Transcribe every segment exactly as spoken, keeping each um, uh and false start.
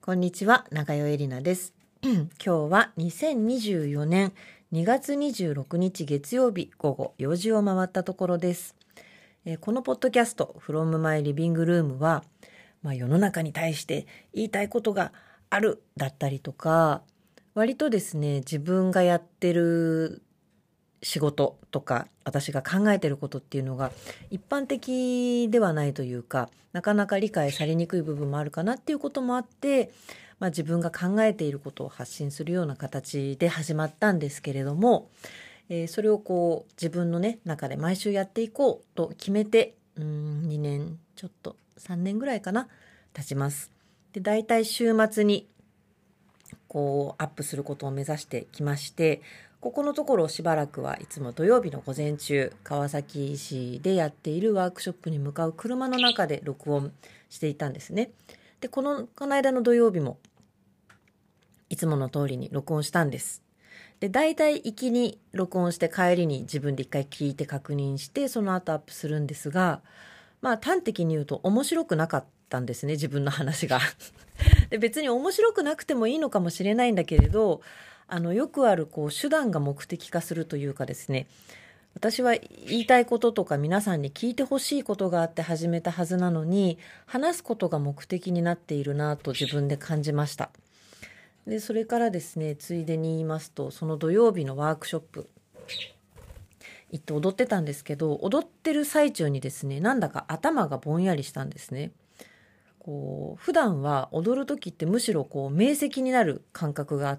こんにちは、長代絵里奈です。今日はにせんにじゅうよねんにがつにじゅうろくにち月曜日午後よじを回ったところです。えーこのポッドキャスト From My Living Room は、まあ、世の中に対して言いたいことがあるだったりとか、割とですね、自分がやってる仕事とか私が考えてることっていうのが一般的ではないというか、なかなか理解されにくい部分もあるかなっていうこともあって、まあ、自分が考えていることを発信するような形で始まったんですけれども、えーそれをこう自分のね中で毎週やっていこうと決めてうーんにねんちょっとさんねんぐらいかな経ちます。で、だいたい週末にこうアップすることを目指してきまして、ここのところしばらくはいつも土曜日の午前中、川崎市でやっているワークショップに向かう車の中で録音していたんですね。で、このこの間の土曜日もいつもの通りに録音したんです。で、大体行きに録音して帰りに自分で一回聞いて確認してその後アップするんですが、まあ端的に言うと面白くなかったんですね、自分の話が。で、別に面白くなくてもいいのかもしれないんだけれど、あのよくあるこう手段が目的化するというかですね、私は言いたいこととか皆さんに聞いてほしいことがあって始めたはずなのに、話すことが目的になっているなと自分で感じました。で、それからですね、ついでに言いますと、その土曜日のワークショップ行って踊ってたんですけど、踊ってる最中にですね、なんだか頭がぼんやりしたんですね。こう普段は踊る時ってむしろこう明晰になる感覚があって、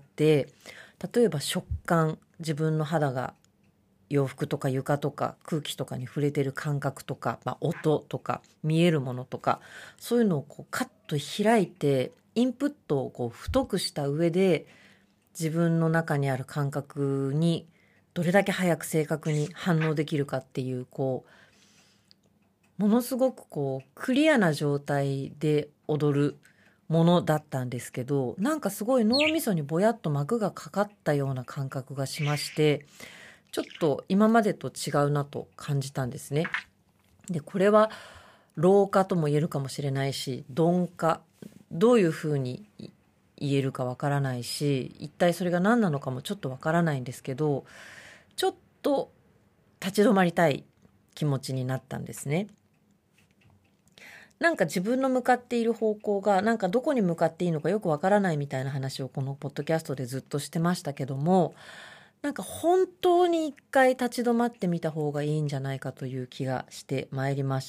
例えば食感、自分の肌が洋服とか床とか空気とかに触れてる感覚とか、まあ、音とか見えるものとか、そういうのをこうカッと開いてインプットをこう太くした上で自分の中にある感覚にどれだけ早く正確に反応できるかっていう、こうものすごくこうクリアな状態で踊るものだったんですけど、なんかすごい脳みそにぼやっと膜がかかったような感覚がしまして、ちょっと今までと違うなと感じたんですね。で、これは老化とも言えるかもしれないし、鈍化、どういうふうに言えるかわからないし、一体それが何なのかもちょっとわからないんですけど、ちょっと立ち止まりたい気持ちになったんですね。なんか自分の向かっている方向がなんかどこに向かっていいのかよくわからないみたいな話をこのポッドキャストでずっとしてましたけども、なんか本当に一回立ち止まってみた方がいいんじゃないかという気がしてまいりました。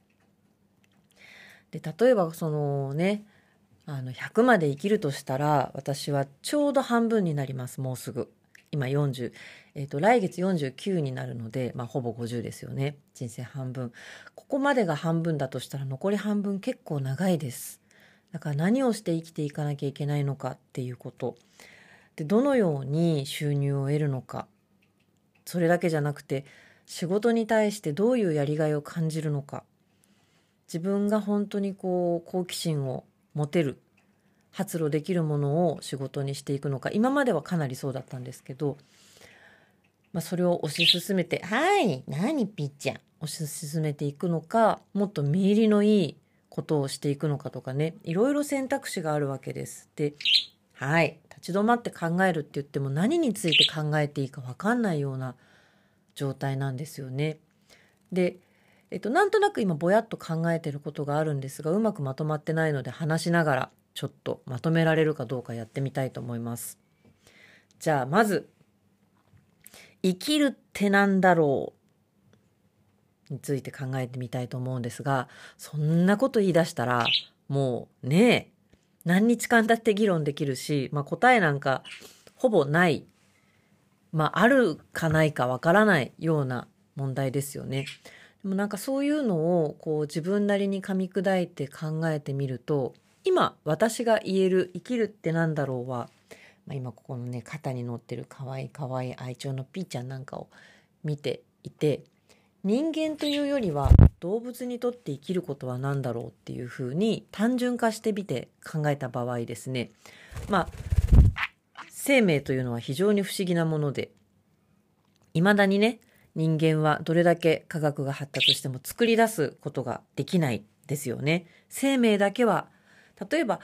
で、例えばそのね、あのひゃくまで生きるとしたら、私はちょうど半分になります。もうすぐ今よんじゅう、えーと来月よんじゅうきゅうになるので、まあ、ほぼごじゅうですよね。人生半分、ここまでが半分だとしたら残り半分結構長いです。だから何をして生きていかなきゃいけないのかっていうことで、どのように収入を得るのか、それだけじゃなくて仕事に対してどういうやりがいを感じるのか、自分が本当にこう好奇心を持てる、発露できるものを仕事にしていくのか、今まではかなりそうだったんですけど、まあ、それを推し進めて、はい何ピッちゃん推し進めていくのか、もっと見入りのいいことをしていくのかとかね、いろいろ選択肢があるわけです。で、はい立ち止まって考えるって言っても何について考えていいか分かんないような状態なんですよね。で、えっと、なんとなく今ぼやっと考えてることがあるんですが、うまくまとまってないので話しながらちょっとまとめられるかどうかやってみたいと思います。じゃあまず、生きるってなんだろうについて考えてみたいと思うんですが、そんなこと言い出したらもうね、何日間だって議論できるし、まあ、答えなんかほぼない、まあ、あるかないかわからないような問題ですよね。でもなんかそういうのをこう自分なりに噛み砕いて考えてみると、今私が言える生きるってなんだろうは、まあ、今ここのね肩に乗ってるかわいいかわいい愛鳥のピーちゃんなんかを見ていて、人間というよりは動物にとって生きることは何だろうっていうふうに単純化してみて考えた場合ですね、まあ生命というのは非常に不思議なもので、いまだにね、人間はどれだけ科学が発達しても作り出すことができないですよね。生命だけは、例えば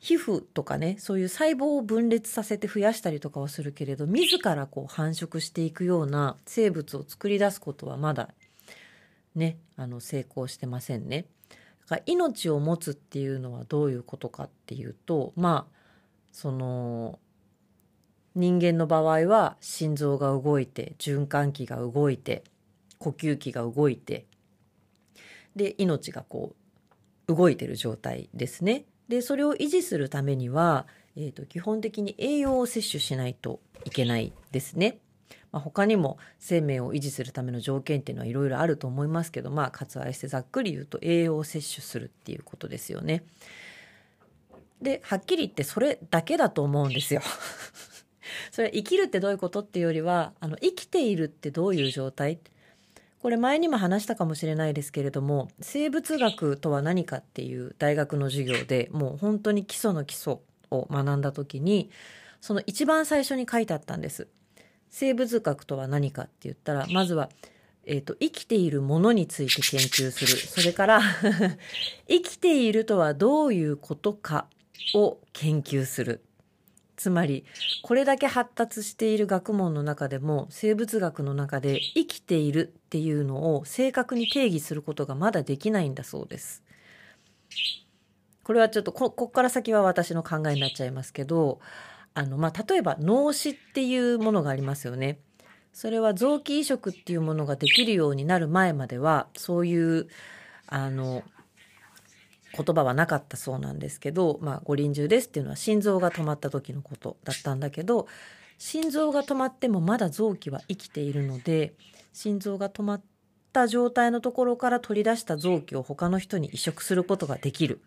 皮膚とかね、そういう細胞を分裂させて増やしたりとかはするけれど、自らこう繁殖していくような生物を作り出すことはまだね、あの成功してませんね。だから命を持つっていうのはどういうことかっていうと、まあその人間の場合は心臓が動いて、循環器が動いて、呼吸器が動いて、で命がこう動いてる状態ですね。でそれを維持するためには、えーと、基本的に栄養を摂取しないといけないですね。まあ、他にも生命を維持するための条件っていうのはいろいろあると思いますけど、まあ割愛してざっくり言うと栄養を摂取するっていうことですよね。ではっきり言ってそれだけだと思うんですよ。それ生きるってどういうことっていうよりは、あの生きているってどういう状態、これ前にも話したかもしれないですけれども、生物学とは何かっていう大学の授業でもう本当に基礎の基礎を学んだ時に、その一番最初に書いてあったんです。生物学とは何かって言ったら、まずは、えーと、生きているものについて研究する。それから生きているとはどういうことかを研究する。つまりこれだけ発達している学問の中でも、生物学の中で生きているっていうのを正確に定義することがまだできないんだそうです。これはちょっと こ, こっから先は私の考えになっちゃいますけど、あの、まあ、例えば脳死っていうものがありますよね。それは臓器移植っていうものができるようになる前まではそういうあの言葉はなかったそうなんですけど、まあ、ご臨終ですっていうのは心臓が止まった時のことだったんだけど、心臓が止まってもまだ臓器は生きているので、心臓が止まった状態のところから取り出した臓器を他の人に移植することができる。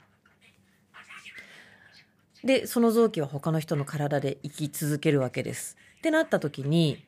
でその臓器は他の人の体で生き続けるわけです。ってなった時に、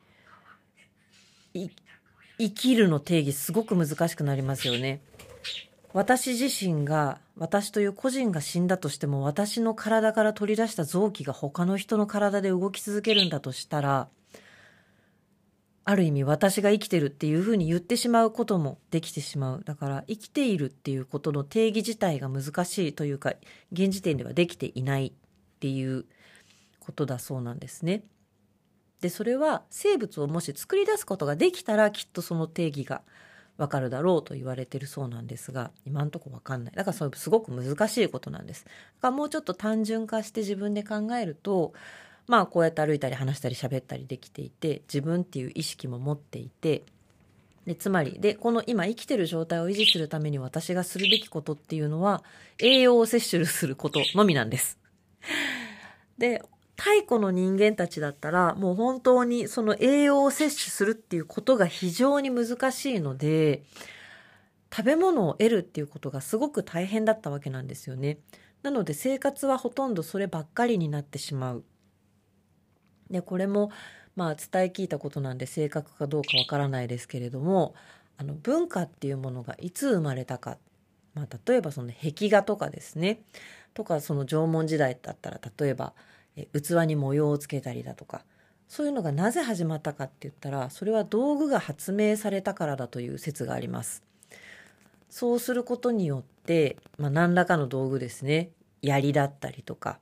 生きるの定義すごく難しくなりますよね。私自身が、私という個人が死んだとしても、私の体から取り出した臓器が他の人の体で動き続けるんだとしたら、ある意味私が生きてるっていうふうに言ってしまうこともできてしまう。だから生きているっていうことの定義自体が難しいというか、現時点ではできていないっていうことだそうなんですね。でそれは生物をもし作り出すことができたら、きっとその定義がわかるだろうと言われてるそうなんですが、今んとこわかんない。だからそれすごく難しいことなんです。だからもうちょっと単純化して自分で考えると、まあこうやって歩いたり話したり喋ったりできていて、自分っていう意識も持っていて、でつまりでこの今生きてる状態を維持するために私がするべきことっていうのは、栄養を摂取することのみなんです。で太古の人間たちだったら、もう本当にその栄養を摂取するっていうことが非常に難しいので、食べ物を得るっていうことがすごく大変だったわけなんですよね。なので生活はほとんどそればっかりになってしまう。でこれもまあ伝え聞いたことなんで正確かどうかわからないですけれども、あの文化っていうものがいつ生まれたか、まあ、例えばその壁画とかですね、とかその縄文時代だったら例えば器に模様をつけたりだとか、そういうのがなぜ始まったかって言ったら、それは道具が発明されたからだという説があります。そうすることによって、まあ、何らかの道具ですね、槍だったりとか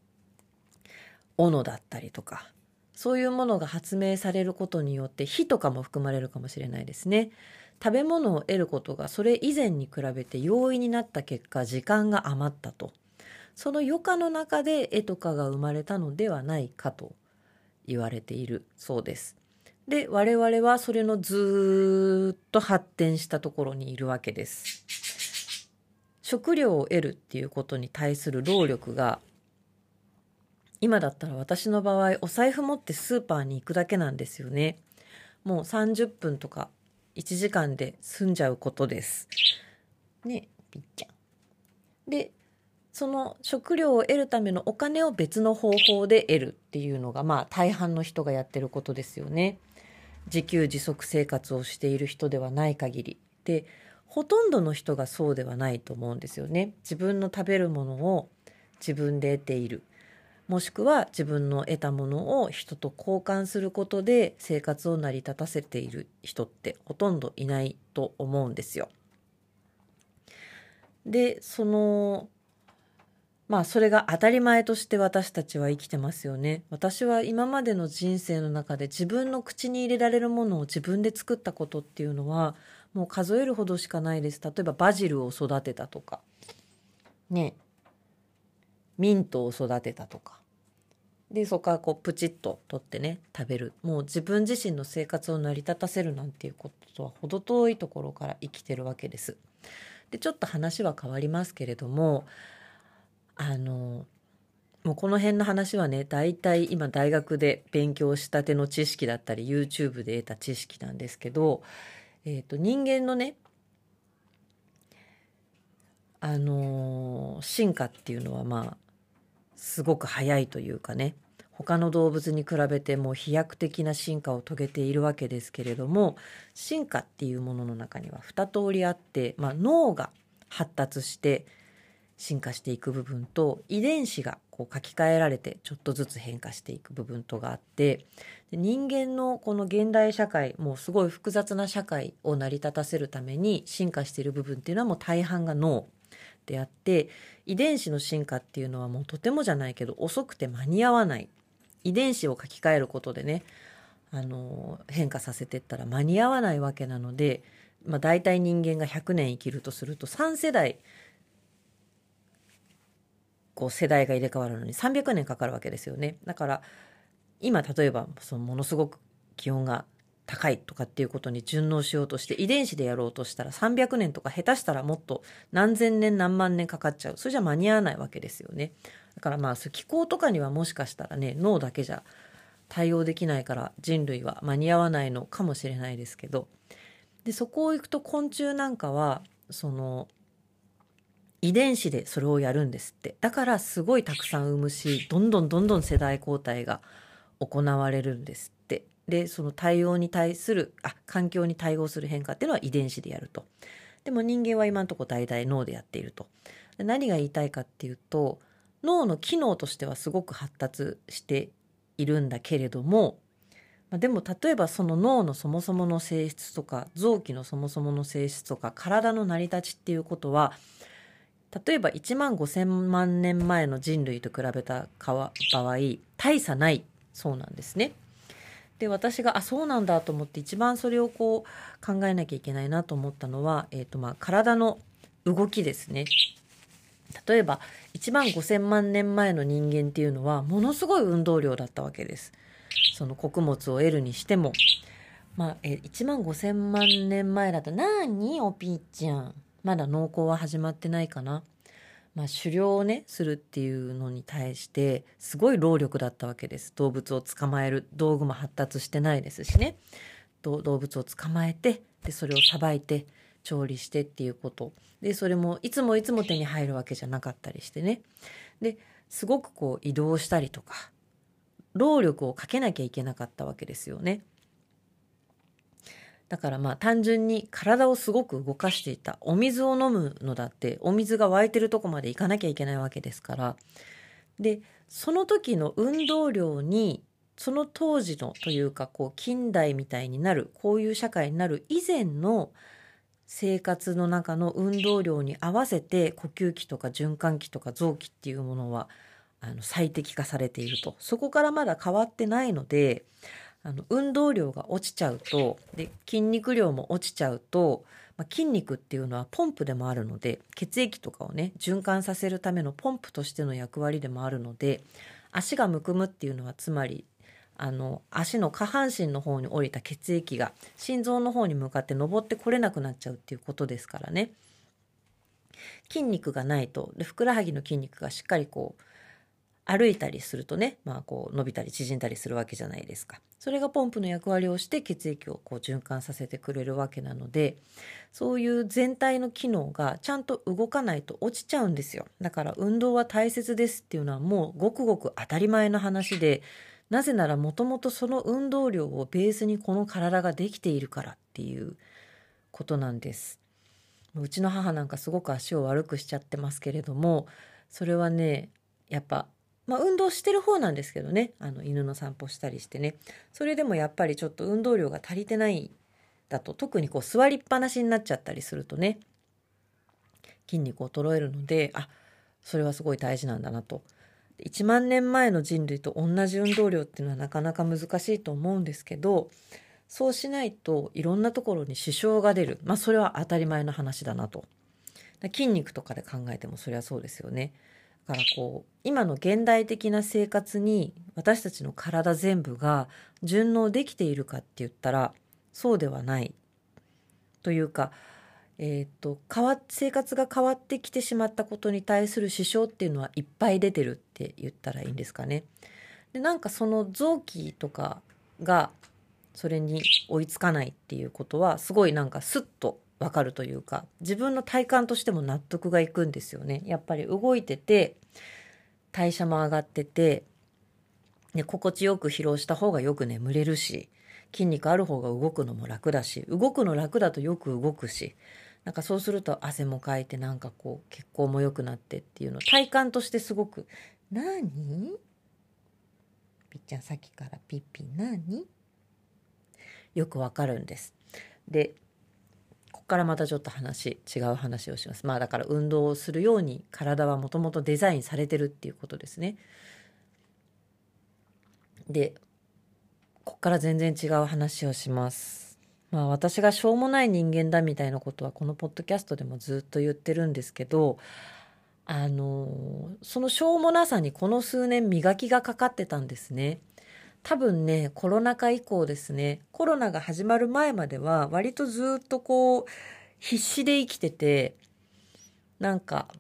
斧だったりとか、そういうものが発明されることによって、火とかも含まれるかもしれないですね。食べ物を得ることがそれ以前に比べて容易になった結果、時間が余ったと。その余暇の中で絵とかが生まれたのではないかと言われているそうです。で、我々はそれのずっと発展したところにいるわけです。食料を得るっていうことに対する労力が、今だったら私の場合お財布持ってスーパーに行くだけなんですよね。もうさんじゅっぷんとかいちじかんで済んじゃうことですね。ピッちゃんで、その食料を得るためのお金を別の方法で得るっていうのが、まあ大半の人がやってることですよね。自給自足生活をしている人ではない限りで、ほとんどの人がそうではないと思うんですよね。自分の食べるものを自分で得ている、もしくは自分の得たものを人と交換することで生活を成り立たせている人ってほとんどいないと思うんですよ。でそのまあそれが当たり前として私たちは生きてますよね。私は今までの人生の中で自分の口に入れられるものを自分で作ったことっていうのはもう数えるほどしかないです。例えばバジルを育てたとか、ね、ミントを育てたとか。で、そこからこうプチッと取ってね、食べる。もう自分自身の生活を成り立たせるなんていうこととは程遠いところから生きてるわけです。で、ちょっと話は変わりますけれども、あの、もうこの辺の話はね、大体今大学で勉強したての知識だったり、YouTube で得た知識なんですけど、えっと、人間のね、あのー進化っていうのはまあ、すごく早いというかね、他の動物に比べても飛躍的な進化を遂げているわけですけれども、進化っていうものの中にはに通りあって、まあ、脳が発達して進化していく部分と、遺伝子がこう書き換えられてちょっとずつ変化していく部分とがあって、で人間のこの現代社会、もうすごい複雑な社会を成り立たせるために進化している部分っていうのはもう大半が脳であって、遺伝子の進化っていうのはもうとてもじゃないけど遅くて間に合わない。遺伝子を書き換えることでね、あの変化させていったら間に合わないわけなので、まあ、大体人間がひゃくねん生きるとするとさん世代こう世代が入れ替わるのにさんびゃくねんかかるわけですよね。だから今例えばそのものすごく気温が高いとかっていうことに順応しようとして遺伝子でやろうとしたらさんびゃくねんとか下手したらもっと何千年何万年かかっちゃう。それじゃ間に合わないわけですよね。だからまあ気候とかにはもしかしたらね、脳だけじゃ対応できないから人類は間に合わないのかもしれないですけど、でそこを行くと昆虫なんかはその遺伝子でそれをやるんですって。だからすごいたくさん産むし、どんどんどんどん世代交代が行われるんですって。でその対応に対するあ環境に対応する変化っていうのは遺伝子でやると。でも人間は今のところ大々脳でやっていると。で何が言いたいかっていうと、脳の機能としてはすごく発達しているんだけれども、まあでも例えばその脳のそもそもの性質とか臓器のそもそもの性質とか体の成り立ちっていうことは、例えばいちまんごせんまん年前の人類と比べた場合大差ないそうなんですね。で私があそうなんだと思って一番それをこう考えなきゃいけないなと思ったのは、えーとまあ、体の動きですね。例えばいちまんごせんまん年前の人間っていうのはものすごい運動量だったわけです。その穀物を得るにしても、まあ、えいちまんごせんまん年前だとなーにおぴーちゃんまだ農耕は始まってないかな。まあ、狩猟をねするっていうのに対してすごい労力だったわけです。動物を捕まえる道具も発達してないですしね。動物を捕まえてでそれをさばいて調理してっていうことで、それもいつもいつも手に入るわけじゃなかったりしてね。ですごくこう移動したりとか労力をかけなきゃいけなかったわけですよね。だからまあ単純に体をすごく動かしていた。お水を飲むのだってお水が湧いてるとこまで行かなきゃいけないわけですから。でその時の運動量にその当時のというかこう近代みたいになるこういう社会になる以前の生活の中の運動量に合わせて呼吸器とか循環器とか臓器っていうものはあの最適化されていると。そこからまだ変わってないので、あの運動量が落ちちゃうとで筋肉量も落ちちゃうと、まあ、筋肉っていうのはポンプでもあるので血液とかをね循環させるためのポンプとしての役割でもあるので、足がむくむっていうのはつまりあの足の下半身の方に降りた血液が心臓の方に向かって上ってこれなくなっちゃうっていうことですからね。筋肉がないとでふくらはぎの筋肉がしっかりこう歩いたりするとね、まあ、こう伸びたり縮んだりするわけじゃないですか。それがポンプの役割をして血液をこう循環させてくれるわけなので、そういう全体の機能がちゃんと動かないと落ちちゃうんですよ。だから運動は大切ですっていうのはもうごくごく当たり前の話で、なぜならもともとその運動量をベースにこの体ができているからっていうことなんです。うちの母なんかすごく足を悪くしちゃってますけれども、それはねやっぱまあ運動してる方なんですけどね、あの犬の散歩したりしてね、それでもやっぱりちょっと運動量が足りてないだと、特にこう座りっぱなしになっちゃったりするとね筋肉衰えるので、あそれはすごい大事なんだなと。いちまんねんまえの人類と同じ運動量っていうのはなかなか難しいと思うんですけど、そうしないといろんなところに支障が出る。まあそれは当たり前の話だなと。筋肉とかで考えてもそれはそうですよね。だからこう今の現代的な生活に私たちの体全部が順応できているかって言ったらそうではないというか、えー、と変わ生活が変わってきてしまったことに対する支障っていうのはいっぱい出てるって言ったらいいんですかね。でなんかその臓器とかがそれに追いつかないっていうことはすごいなんかスッとわかるというか、自分の体感としても納得がいくんですよね。やっぱり動いてて代謝も上がってて、で心地よく疲労した方がよく眠れるし、筋肉ある方が動くのも楽だし、動くの楽だとよく動くし、なんかそうすると汗もかいてなんかこう血行も良くなってっていうの体感としてすごく、何ぴっちゃんさっきからピッピ何よくわかるんです。でここからまたちょっと話違う話をします。まあだから運動をするように体はもともとデザインされてるっていうことですね。でここから全然違う話をします。まあ私がしょうもない人間だみたいなことはこのポッドキャストでもずっと言ってるんですけど、あのそのしょうもなさにこの数年磨きがかかってたんですね。多分ねコロナ禍以降ですね、コロナが始まる前までは割とずっとこう必死で生きてて、なんか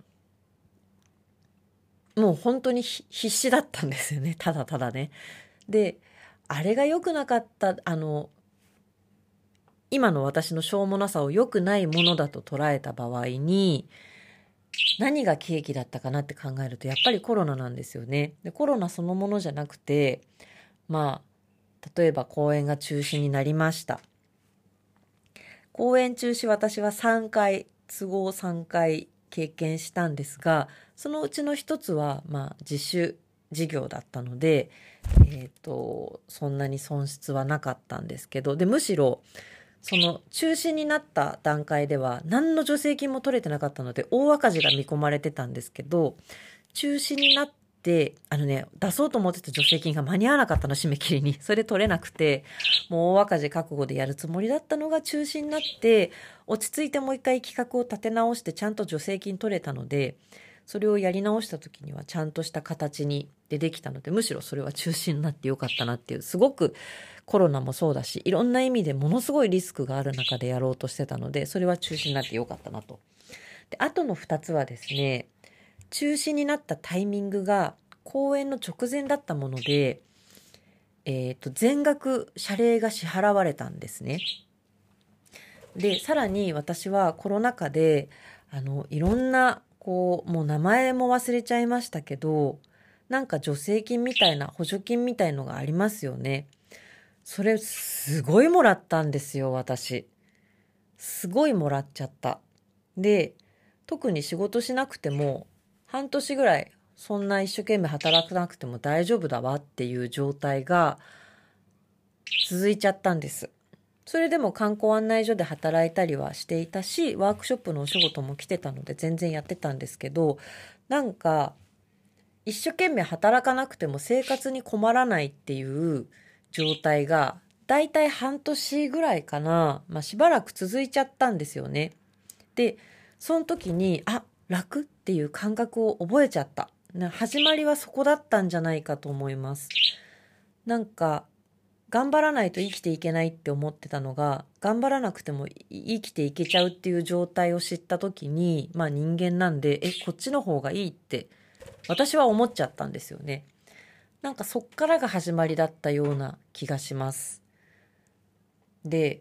もう本当に必死だったんですよね、ただただね。であれが良くなかった、あの今の私のしょうもなさを良くないものだと捉えた場合に何が契機だったかなって考えるとやっぱりコロナなんですよね。でコロナそのものじゃなくて、まあ例えば公演が中止になりました。公演中止私はさんかい、都合さんかい経験したんですが、そのうちの一つはまあ自主事業だったので、えーと、そんなに損失はなかったんですけど、でむしろその中止になった段階では何の助成金も取れてなかったので大赤字が見込まれてたんですけど、中止になってあのね出そうと思ってた助成金が間に合わなかったの、締め切りに。それで取れなくて、もう大赤字覚悟でやるつもりだったのが中止になって、落ち着いてもう一回企画を立て直してちゃんと助成金取れたので、それをやり直した時にはちゃんとした形にでできたので、むしろそれは中止になってよかったなっていう、すごくコロナもそうだしいろんな意味でものすごいリスクがある中でやろうとしてたので、それは中止になってよかったなと。であとのふたつはですね、中止になったタイミングが公演の直前だったもので、えーと、全額謝礼が支払われたんですね。でさらに私はコロナ禍であのいろんなこうもう名前も忘れちゃいましたけど、なんか助成金みたいな補助金みたいのがありますよね。それすごいもらったんですよ、私。すごいもらっちゃった。で特に仕事しなくても半年ぐらいそんな一生懸命働かなくても大丈夫だわっていう状態が続いちゃったんです。それでも観光案内所で働いたりはしていたし、ワークショップのお仕事も来てたので全然やってたんですけど、なんか一生懸命働かなくても生活に困らないっていう状態がだいたい半年ぐらいかな、まあ、しばらく続いちゃったんですよね。でその時にあ楽っていう感覚を覚えちゃった。始まりはそこだったんじゃないかと思います。なんか頑張らないと生きていけないって思ってたのが、頑張らなくても生きていけちゃうっていう状態を知った時に、まあ人間なんで、え、こっちの方がいいって私は思っちゃったんですよね。なんかそっからが始まりだったような気がします。で、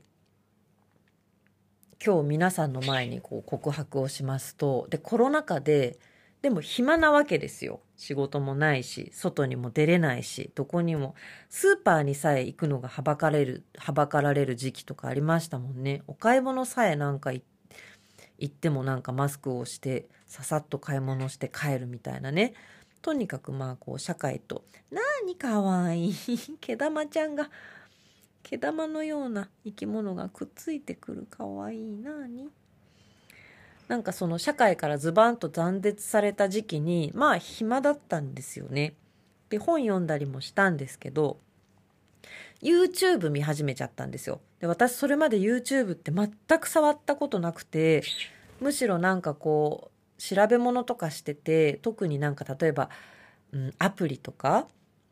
今日皆さんの前にこう告白をしますと、で、コロナ禍で、でも暇なわけですよ。仕事もないし、外にも出れないし、どこにも、スーパーにさえ行くのがはばかれる、はばかられる時期とかありましたもんね。お買い物さえなんか行ってもなんかマスクをして、ささっと買い物して帰るみたいなね。とにかくまあこう社会と、なーにかわいい、毛玉ちゃんが、毛玉のような生き物がくっついてくるかわいいなーに。 なんかその社会からズバンと断絶された時期に、まあ暇だったんですよね。で、本読んだりもしたんですけど、YouTube 見始めちゃったんですよ。で、私それまで YouTube って全く触ったことなくて、むしろなんかこう、調べ物とかしてて、特になんか例えば、うん、アプリとか、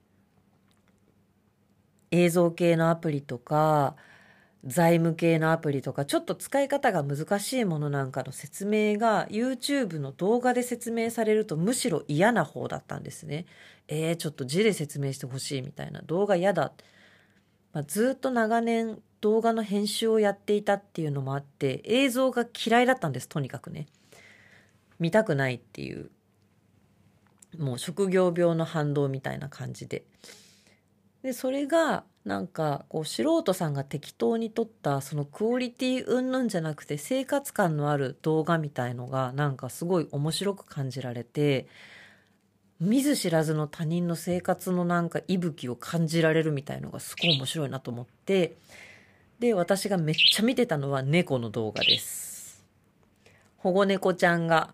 映像系のアプリとか、財務系のアプリとか、ちょっと使い方が難しいものなんかの説明が YouTube の動画で説明されるとむしろ嫌な方だったんですね。えー、ちょっと字で説明してほしいみたいな、動画嫌だ。まあ、ずっと長年動画の編集をやっていたっていうのもあって、映像が嫌いだったんです、とにかくね。見たくないっていう、もう職業病の反動みたいな感じで。で、それがなんかこう素人さんが適当に撮ったそのクオリティ云々じゃなくて生活感のある動画みたいのがなんかすごい面白く感じられて、見ず知らずの他人の生活のなんか息吹を感じられるみたいのがすごい面白いなと思って、で、私がめっちゃ見てたのは猫の動画です。保護猫ちゃんが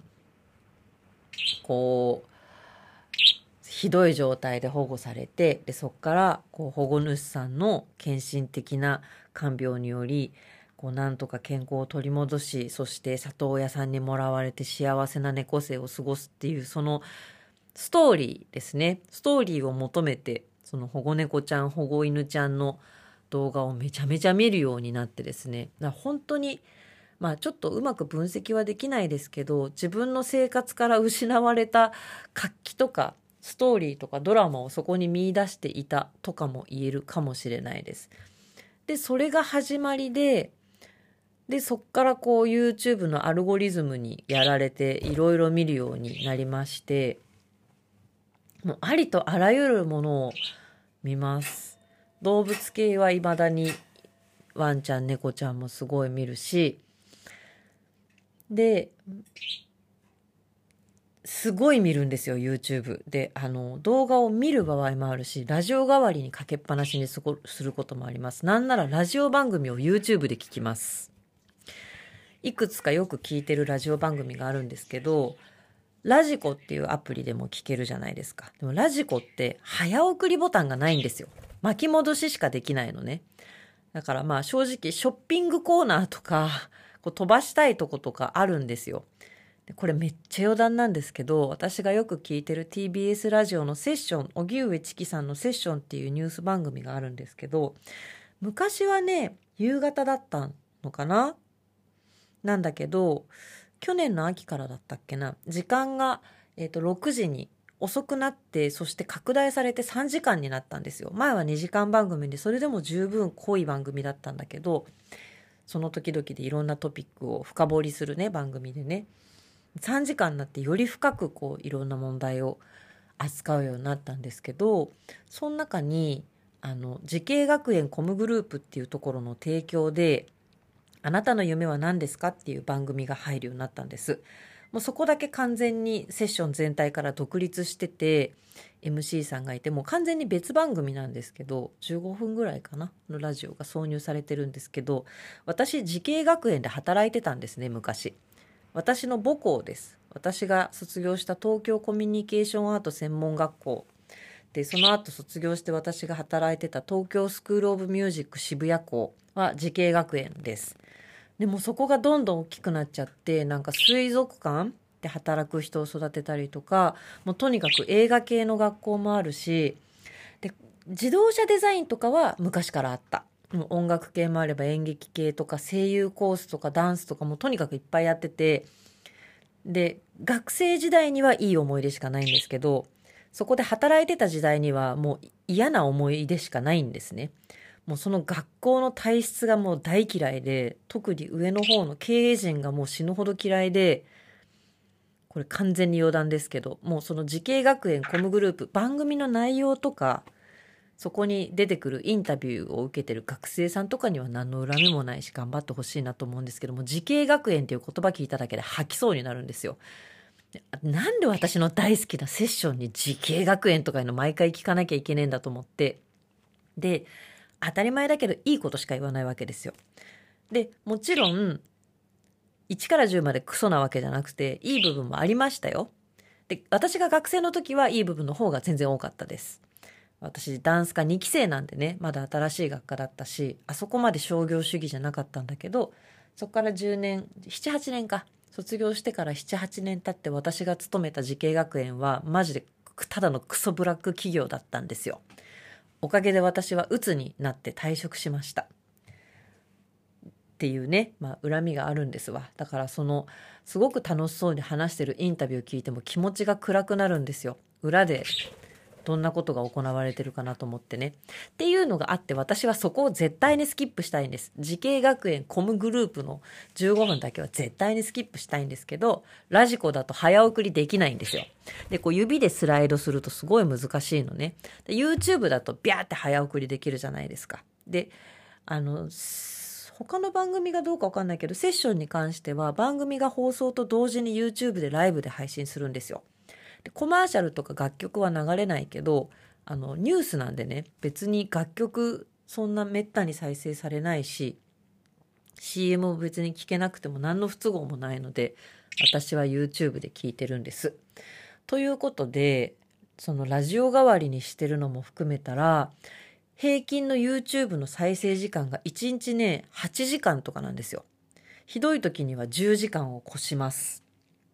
こうひどい状態で保護されて、でそこからこう保護主さんの献身的な看病によりこうなんとか健康を取り戻し、そして里親さんにもらわれて幸せな猫生を過ごすっていう、そのストーリーですね。ストーリーを求めて、その保護猫ちゃん保護犬ちゃんの動画をめちゃめちゃ見るようになってですね、だから本当にまあちょっとうまく分析はできないですけど、自分の生活から失われた活気とかストーリーとかドラマをそこに見出していたとかも言えるかもしれないです。で、それが始まりで、で、そっからこう YouTube のアルゴリズムにやられていろいろ見るようになりまして、もうありとあらゆるものを見ます。動物系は未だにワンちゃん猫ちゃんもすごい見るし、ですごい見るんですよ YouTube で。あの動画を見る場合もあるし、ラジオ代わりにかけっぱなしにすることもあります。なんならラジオ番組を YouTube で聞きます。いくつかよく聞いてるラジオ番組があるんですけど、ラジコっていうアプリでも聞けるじゃないですか。でもラジコって早送りボタンがないんですよ。巻き戻ししかできないのね。だからまあ正直ショッピングコーナーとかこう飛ばしたいとことかあるんですよ。でこれめっちゃ余談なんですけど、私がよく聞いてる ティービーエス ラジオのセッション、荻上チキさんのセッションっていうニュース番組があるんですけど、昔はね夕方だったのかな、なんだけど去年の秋からだったっけな、時間が、えーと、ろくじに遅くなって、そして拡大されてさんじかんになったんですよ。前はにじかん番組でそれでも十分濃い番組だったんだけど、その時々でいろんなトピックを深掘りするね番組でね、さんじかんになってより深くこういろんな問題を扱うようになったんですけど、その中にあの慈恵学園コムグループっていうところの提供で、あなたの夢は何ですかっていう番組が入るようになったんです。もうそこだけ完全にセッション全体から独立してて、 エムシー さんがいて、もう完全に別番組なんですけど、じゅうごふんぐらいかなのラジオが挿入されてるんですけど、私慈恵学園で働いてたんですね、昔。私の母校です。私が卒業した東京コミュニケーションアート専門学校で、その後卒業して私が働いてた東京スクールオブミュージック渋谷校は慈恵学園です。でもそこがどんどん大きくなっちゃって、なんか水族館で働く人を育てたりとか、もうとにかく映画系の学校もあるし、で自動車デザインとかは昔からあった。もう音楽系もあれば演劇系とか声優コースとかダンスとかもとにかくいっぱいやってて、で学生時代にはいい思い出しかないんですけど、そこで働いてた時代にはもう嫌な思い出しかないんですね。もうその学校の体質がもう大嫌いで、特に上の方の経営陣がもう死ぬほど嫌いで、これ完全に余談ですけど、もうその慈恵学園コムグループ、番組の内容とか、そこに出てくるインタビューを受けてる学生さんとかには何の恨みもないし頑張ってほしいなと思うんですけども、慈恵学園っていう言葉聞いただけで吐きそうになるんですよ。なんで私の大好きなセッションに慈恵学園とかいうの毎回聞かなきゃいけねえんだと思って、で当たり前だけどいいことしか言わないわけですよ。でもちろんいちからじゅうまでクソなわけじゃなくて、いい部分もありましたよ。で、私が学生の時はいい部分の方が全然多かったです。私、ダンス科にき生なんでね、まだ新しい学科だったし、あそこまで商業主義じゃなかったんだけど、そこからじゅうねん、なな、はちねんか。卒業してからなな、はちねん経って私が勤めた慈恵学園は、マジでただのクソブラック企業だったんですよ。おかげで私は鬱になって退職しました。っていうね、まあ恨みがあるんですわ。だからそのすごく楽しそうに話してるインタビュー聞いても気持ちが暗くなるんですよ。裏でどんなことが行われてるかなと思ってね。っていうのがあって、私はそこを絶対にスキップしたいんです。慈恵学園コムグループのじゅうごふんだけは絶対にスキップしたいんですけど、ラジコだと早送りできないんですよ。で、こう指でスライドするとすごい難しいのね。で YouTube だとビャーって早送りできるじゃないですか。で、あの、他の番組がどうかわかんないけど、セッションに関しては番組が放送と同時に YouTube でライブで配信するんですよ。でコマーシャルとか楽曲は流れないけど、あのニュースなんでね、別に楽曲そんなめったに再生されないし、 シーエム も別に聞けなくても何の不都合もないので、私は YouTube で聞いてるんです。ということで、そのラジオ代わりにしてるのも含めたら、平均の YouTube の再生時間がいちにちねはちじかんとかなんですよ。ひどい時にはじゅうじかんを越します。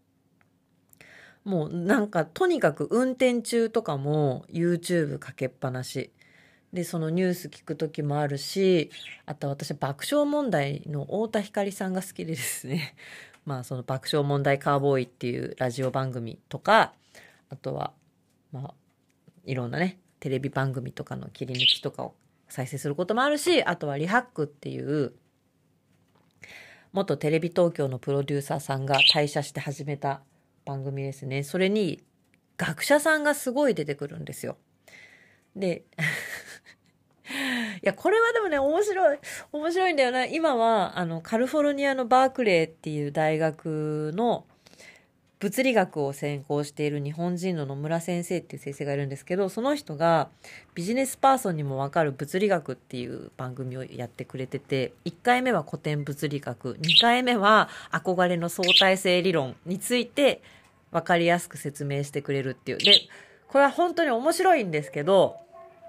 もうなんかとにかく運転中とかも YouTube かけっぱなしで、そのニュース聞く時もあるし、あと私爆笑問題の太田光さんが好きでですねまあその爆笑問題カーボーイっていうラジオ番組とか、あとはまあいろんなねテレビ番組とかの切り抜きとかを再生することもあるし、あとはリハックっていう元テレビ東京のプロデューサーさんが退社して始めた番組ですね。それに学者さんがすごい出てくるんですよ。でいやこれはでもね面白い面白いんだよな。今はあのカリフォルニアのバークレーっていう大学の物理学を専攻している日本人の野村先生っていう先生がいるんですけど、その人がビジネスパーソンにも分かる物理学っていう番組をやってくれてて、いっかいめは古典物理学、にかいめは憧れの相対性理論について分かりやすく説明してくれるっていう。で、これは本当に面白いんですけど、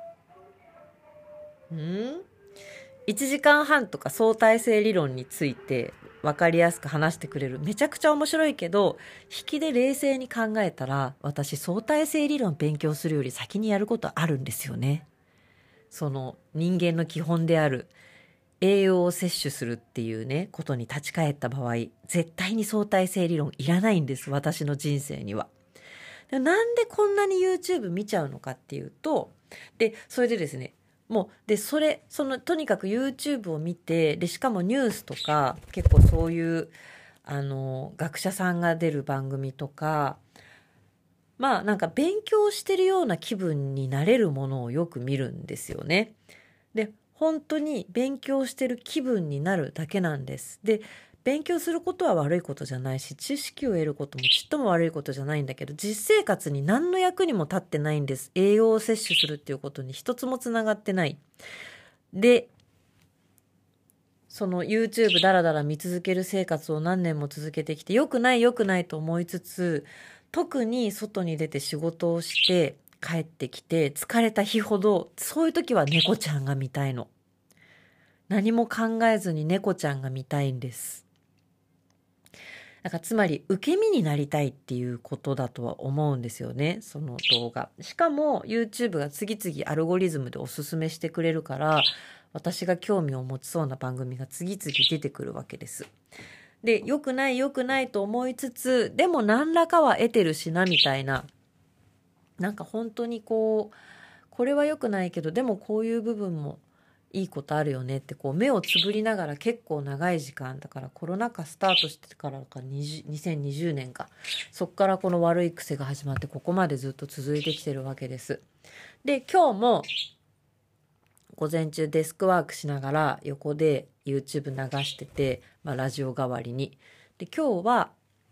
んいちじかんはんとか相対性理論について分かりやすく話してくれる。めちゃくちゃ面白いけど、引きで冷静に考えたら、私相対性理論勉強するより先にやることあるんですよね。その人間の基本である栄養を摂取するっていうね、ことに立ち返った場合、絶対に相対性理論いらないんです、私の人生には。でなんでこんなに YouTube 見ちゃうのかっていうと、で、それでですね、もうでそれそのとにかく YouTube を見て、でしかもニュースとか結構そういうあの学者さんが出る番組とか、まあなんか勉強してるような気分になれるものをよく見るんですよね。で本当に勉強してる気分になるだけなんです。で勉強することは悪いことじゃないし、知識を得ることもちっとも悪いことじゃないんだけど、実生活に何の役にも立ってないんです。栄養を摂取するっていうことに一つもつながってない。で、その YouTube だらだら見続ける生活を何年も続けてきて、良くない良くないと思いつつ、特に外に出て仕事をして帰ってきて疲れた日ほど、そういう時は猫ちゃんが見たいの。何も考えずに猫ちゃんが見たいんです。だからつまり受け身になりたいっていうことだとは思うんですよね、その動画。しかも YouTube が次々アルゴリズムでおすすめしてくれるから、私が興味を持ちそうな番組が次々出てくるわけです。で、良くない良くないと思いつつ、でも何らかは得てるしなみたいな、なんか本当にこう、これは良くないけど、でもこういう部分もいいことあるよねって、こう目をつぶりながら結構長い時間、だからコロナ禍スタートしてからかにせんにじゅうねんか、そっからこの悪い癖が始まってここまでずっと続いてきてるわけです。で今日も午前中デスクワークしながら横で YouTube 流してて、まあ、ラジオ代わりに。で今日は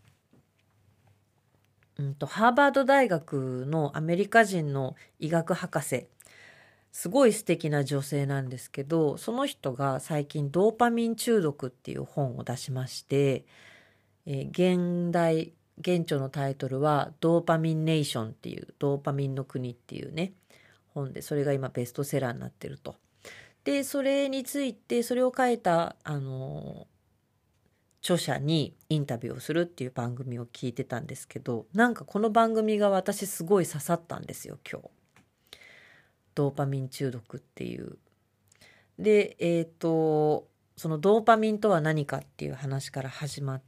うんとハーバード大学のアメリカ人の医学博士、すごい素敵な女性なんですけど、その人が最近ドーパミン中毒っていう本を出しまして、 えー現代現著のタイトルはドーパミンネーションっていうドーパミンの国っていうね本で、それが今ベストセラーになってると。でそれについてそれを書いたあの著者にインタビューをするっていう番組を聞いてたんですけど、なんかこの番組が私すごい刺さったんですよ今日。ドーパミン中毒っていう。でえっ、とそのドーパミンとは何かっていう話から始まって、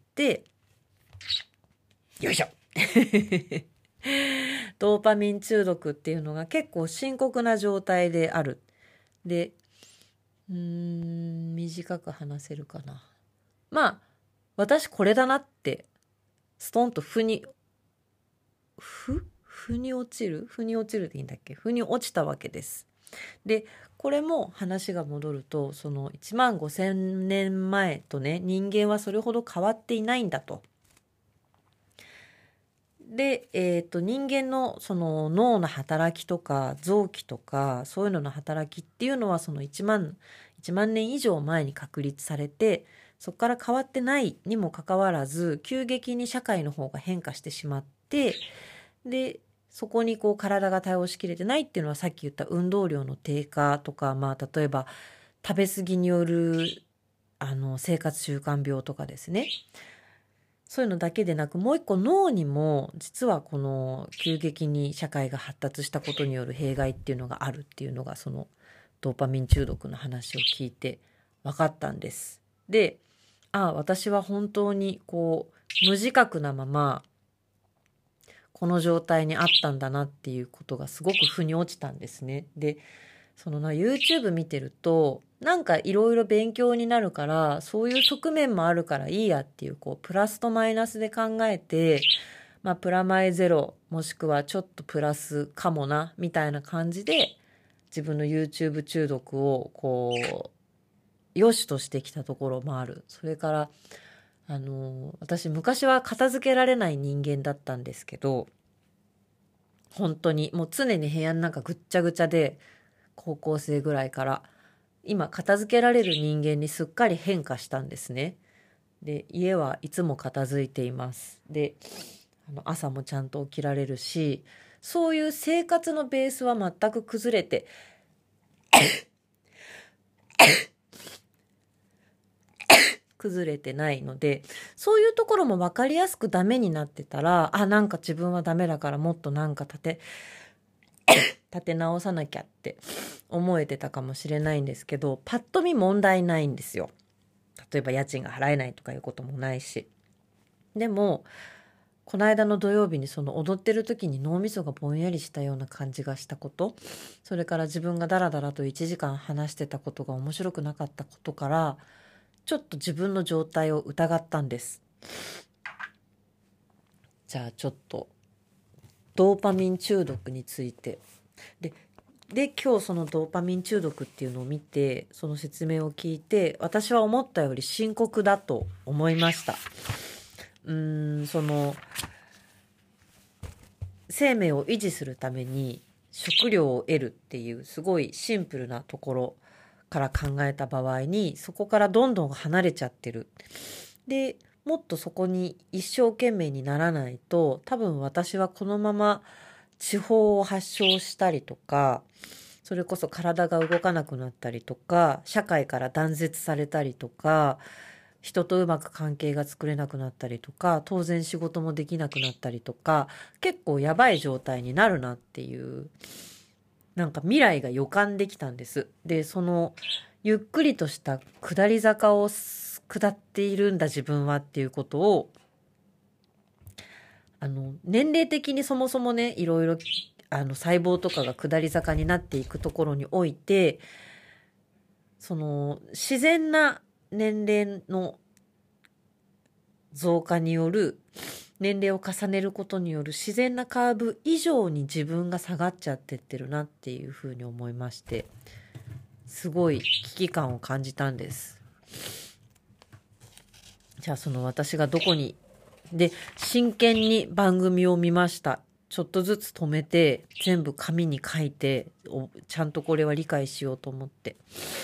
よいしょドーパミン中毒っていうのが結構深刻な状態である。でうーん短く話せるかな。まあ私これだなってストンと腑にふ腑に落ちる腑に落ちるでいいんだっけ腑に落ちたわけです。でこれも話が戻ると、そのいちまんごせんねんまえとね、人間はそれほど変わっていないんだと。で、えー、と人間のその脳の働きとか臓器とかそういうのの働きっていうのはそのいちまん年以上前に確立されて、そこから変わってないにもかかわらず急激に社会の方が変化してしまって、でそこにこう体が対応しきれてないっていうのはさっき言った運動量の低下とか、まあ例えば食べ過ぎによるあの生活習慣病とかですね。そういうのだけでなく、もう一個脳にも実はこの急激に社会が発達したことによる弊害っていうのがあるっていうのが、そのドーパミン中毒の話を聞いて分かったんです。で、ああ私は本当にこう無自覚なままこの状態にあったんだなっていうことがすごく腑に落ちたんですね。でそのな YouTube 見てるとなんかいろいろ勉強になるから、そういう側面もあるからいいやっていう、こうプラスとマイナスで考えて、まあプラマイゼロもしくはちょっとプラスかもなみたいな感じで自分の YouTube 中毒をこう良しとしてきたところもある。それからあの私昔は片付けられない人間だったんですけど、本当にもう常に部屋の中ぐっちゃぐちゃで、高校生ぐらいから今片付けられる人間にすっかり変化したんですね。で家はいつも片付いています。であの朝もちゃんと起きられるし、そういう生活のベースは全く崩れて崩れてないので、そういうところも分かりやすくダメになってたら、あなんか自分はダメだからもっとなんか立て立て直さなきゃって思えてたかもしれないんですけど、パッと見問題ないんですよ。例えば家賃が払えないとかいうこともないし。でもこの間の土曜日にその踊ってる時に脳みそがぼんやりしたような感じがしたこと、それから自分がダラダラといちじかん話してたことが面白くなかったことから、ちょっと自分の状態を疑ったんです。じゃあちょっとドーパミン中毒についてでで今日そのドーパミン中毒っていうのを見て、その説明を聞いて、私は思ったより深刻だと思いました。うーんその生命を維持するために食料を得るっていうすごいシンプルなところから考えた場合に、そこからどんどん離れちゃってる。でもっとそこに一生懸命にならないと、多分私はこのまま痴呆を発症したりとか、それこそ体が動かなくなったりとか、社会から断絶されたりとか、人とうまく関係が作れなくなったりとか、当然仕事もできなくなったりとか、結構やばい状態になるなっていう、なんか未来が予感できたんです。でそのゆっくりとした下り坂を下っているんだ自分はっていうことを、あの年齢的にそもそもね、いろいろあの細胞とかが下り坂になっていくところにおいて、その自然な年齢の増加による、年齢を重ねることによる自然なカーブ以上に自分が下がっちゃってってるなっていうふうに思いまして、すごい危機感を感じたんです。じゃあその私がどこにで真剣に番組を見ました。ちょっとずつ止めて全部紙に書いて、ちゃんとこれは理解しようと思って。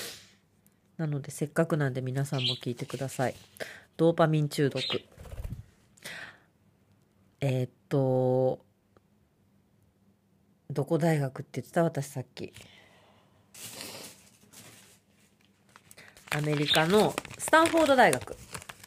なのでせっかくなんで皆さんも聞いてください。ドーパミン中毒。 えーっとどこ大学って言ってた？私さっきアメリカのスタンフォード大学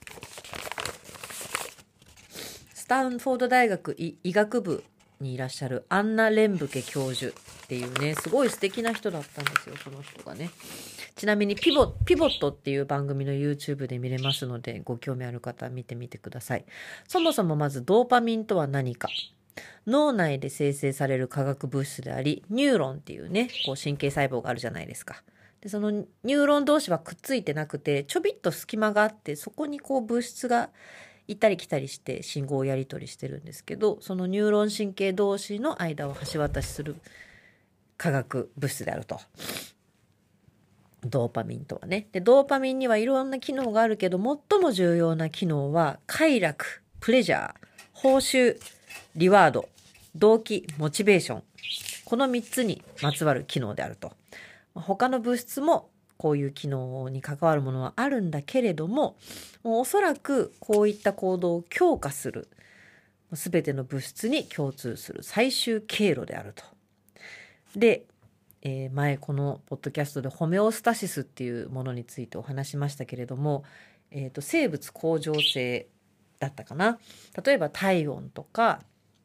スタンフォード大学医学部にいらっしゃるアンナ・レンブケ教授っていうね、すごい素敵な人だったんですよ、その人がね。ちなみにピボ、ピボットっていう番組の YouTube で見れますので、ご興味ある方は見てみてください。そもそもまずドーパミンとは何か。脳内で生成される化学物質であり、ニューロンっていうね、こう神経細胞があるじゃないですか。で、そのニューロン同士はくっついてなくて、ちょびっと隙間があって、そこにこう物質が行ったり来たりして信号をやり取りしてるんですけど、そのニューロン神経同士の間を橋渡しする化学物質であると。ドーパミンとはね。で、ドーパミンにはいろんな機能があるけど、最も重要な機能は快楽、プレジャー、報酬、リワード、動機、モチベーション。このみっつにまつわる機能であると。他の物質もこういう機能に関わるものはあるんだけれども、もうおそらくこういった行動を強化する、すべての物質に共通する最終経路であると。で、えー、前このポッドキャストでホメオスタシスっていうものについてお話しましたけれども、えーと、生物恒常性だったかな。例えば体温とか、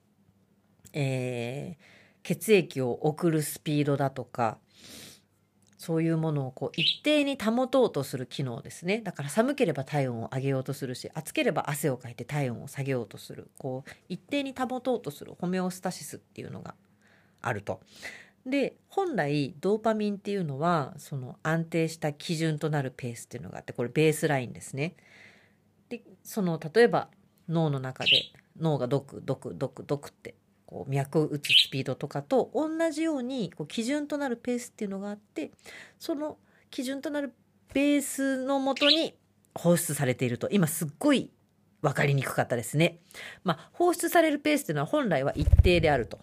えー、血液を送るスピードだとか、そういうものをこう一定に保とうとする機能ですね。だから寒ければ体温を上げようとするし、暑ければ汗をかいて体温を下げようとする、こう一定に保とうとするホメオスタシスっていうのがあると。で、本来ドーパミンっていうのはその安定した基準となるペースっていうのがあって、これベースラインですね。で、その例えば脳の中で脳がドクドクドクドクってこう脈を打つスピードとかと同じようにこう基準となるペースっていうのがあって、その基準となるベースのもとに放出されていると。今すっごい分かりにくかったですね。まあ、放出されるペースっていうのは本来は一定であると。